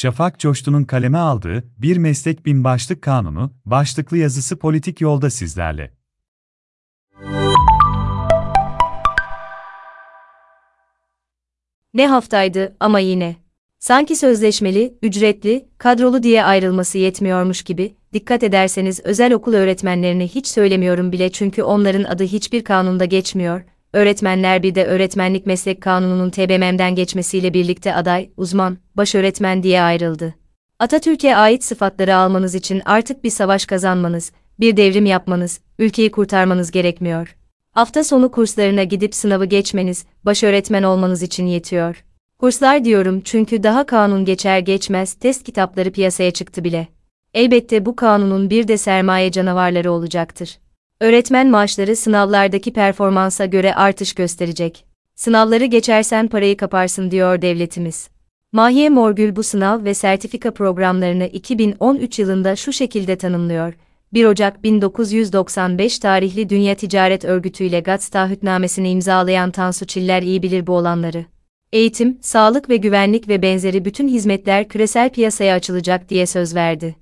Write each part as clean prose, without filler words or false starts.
Şafak Coştun'un kaleme aldığı Bir Meslek Bin Başlık Kanunu başlıklı yazısı politik yolda sizlerle. Ne haftaydı ama yine. Sanki sözleşmeli, ücretli, kadrolu diye ayrılması yetmiyormuş gibi, dikkat ederseniz özel okul öğretmenlerini hiç söylemiyorum bile çünkü onların adı hiçbir kanunda geçmiyor. Öğretmenler bir de öğretmenlik meslek kanununun TBMM'den geçmesiyle birlikte aday, uzman, baş öğretmen diye ayrıldı. Atatürk'e ait sıfatları almanız için artık bir savaş kazanmanız, bir devrim yapmanız, ülkeyi kurtarmanız gerekmiyor. Hafta sonu kurslarına gidip sınavı geçmeniz, baş öğretmen olmanız için yetiyor. Kurslar diyorum çünkü daha kanun geçer geçmez test kitapları piyasaya çıktı bile. Elbette bu kanunun bir de sermaye canavarları olacaktır. Öğretmen maaşları sınavlardaki performansa göre artış gösterecek. Sınavları geçersen parayı kaparsın diyor devletimiz. Mahiye Morgül bu sınav ve sertifika programlarını 2013 yılında şu şekilde tanımlıyor. 1 Ocak 1995 tarihli Dünya Ticaret Örgütü ile GATS taahhütnamesini imzalayan Tansu Çiller iyi bilir bu olanları. Eğitim, sağlık ve güvenlik ve benzeri bütün hizmetler küresel piyasaya açılacak diye söz verdi.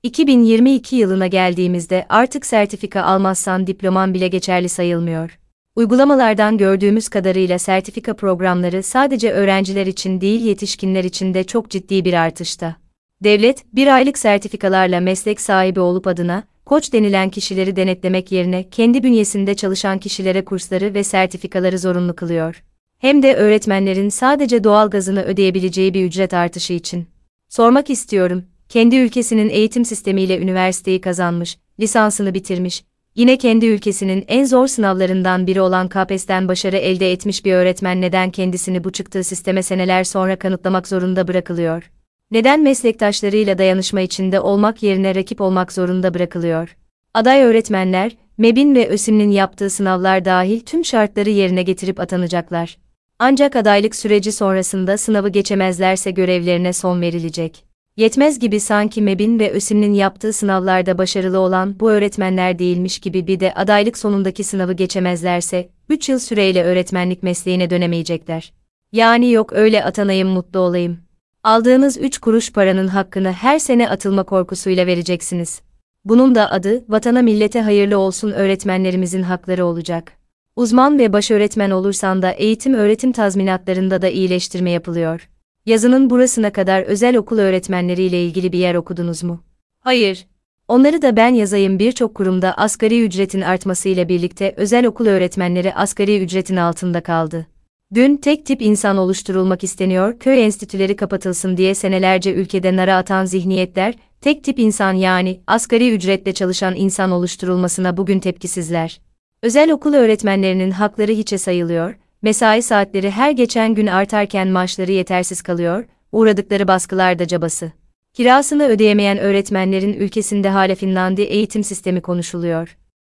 2022 yılına geldiğimizde artık sertifika almazsan diploman bile geçerli sayılmıyor. Uygulamalardan gördüğümüz kadarıyla sertifika programları sadece öğrenciler için değil yetişkinler için de çok ciddi bir artışta. Devlet, bir aylık sertifikalarla meslek sahibi olup adına, koç denilen kişileri denetlemek yerine kendi bünyesinde çalışan kişilere kursları ve sertifikaları zorunlu kılıyor. Hem de öğretmenlerin sadece doğalgazını ödeyebileceği bir ücret artışı için. Sormak istiyorum, kendi ülkesinin eğitim sistemiyle üniversiteyi kazanmış, lisansını bitirmiş, yine kendi ülkesinin en zor sınavlarından biri olan KPSS'den başarı elde etmiş bir öğretmen neden kendisini bu çıktığı sisteme seneler sonra kanıtlamak zorunda bırakılıyor? Neden meslektaşlarıyla dayanışma içinde olmak yerine rakip olmak zorunda bırakılıyor? Aday öğretmenler, MEB'in ve ÖSYM'nin yaptığı sınavlar dahil tüm şartları yerine getirip atanacaklar. Ancak adaylık süreci sonrasında sınavı geçemezlerse görevlerine son verilecek. Yetmez gibi sanki MEB'in ve ÖSYM'nin yaptığı sınavlarda başarılı olan bu öğretmenler değilmiş gibi bir de adaylık sonundaki sınavı geçemezlerse, 3 yıl süreyle öğretmenlik mesleğine dönemeyecekler. Yani yok öyle atanayım mutlu olayım. Aldığınız 3 kuruş paranın hakkını her sene atılma korkusuyla vereceksiniz. Bunun da adı, vatana millete hayırlı olsun öğretmenlerimizin hakları olacak. Uzman ve baş öğretmen olursan da eğitim öğretim tazminatlarında da iyileştirme yapılıyor. Yazının burasına kadar özel okul öğretmenleriyle ilgili bir yer okudunuz mu? Hayır. Onları da ben yazayım birçok kurumda asgari ücretin artmasıyla birlikte özel okul öğretmenleri asgari ücretin altında kaldı. Dün tek tip insan oluşturulmak isteniyor, köy enstitüleri kapatılsın diye senelerce ülkede nara atan zihniyetler, tek tip insan yani asgari ücretle çalışan insan oluşturulmasına bugün tepkisizler. Özel okul öğretmenlerinin hakları hiçe sayılıyor, mesai saatleri her geçen gün artarken maaşları yetersiz kalıyor, uğradıkları baskılar da cabası. Kirasını ödeyemeyen öğretmenlerin ülkesinde hala Finlandiya eğitim sistemi konuşuluyor.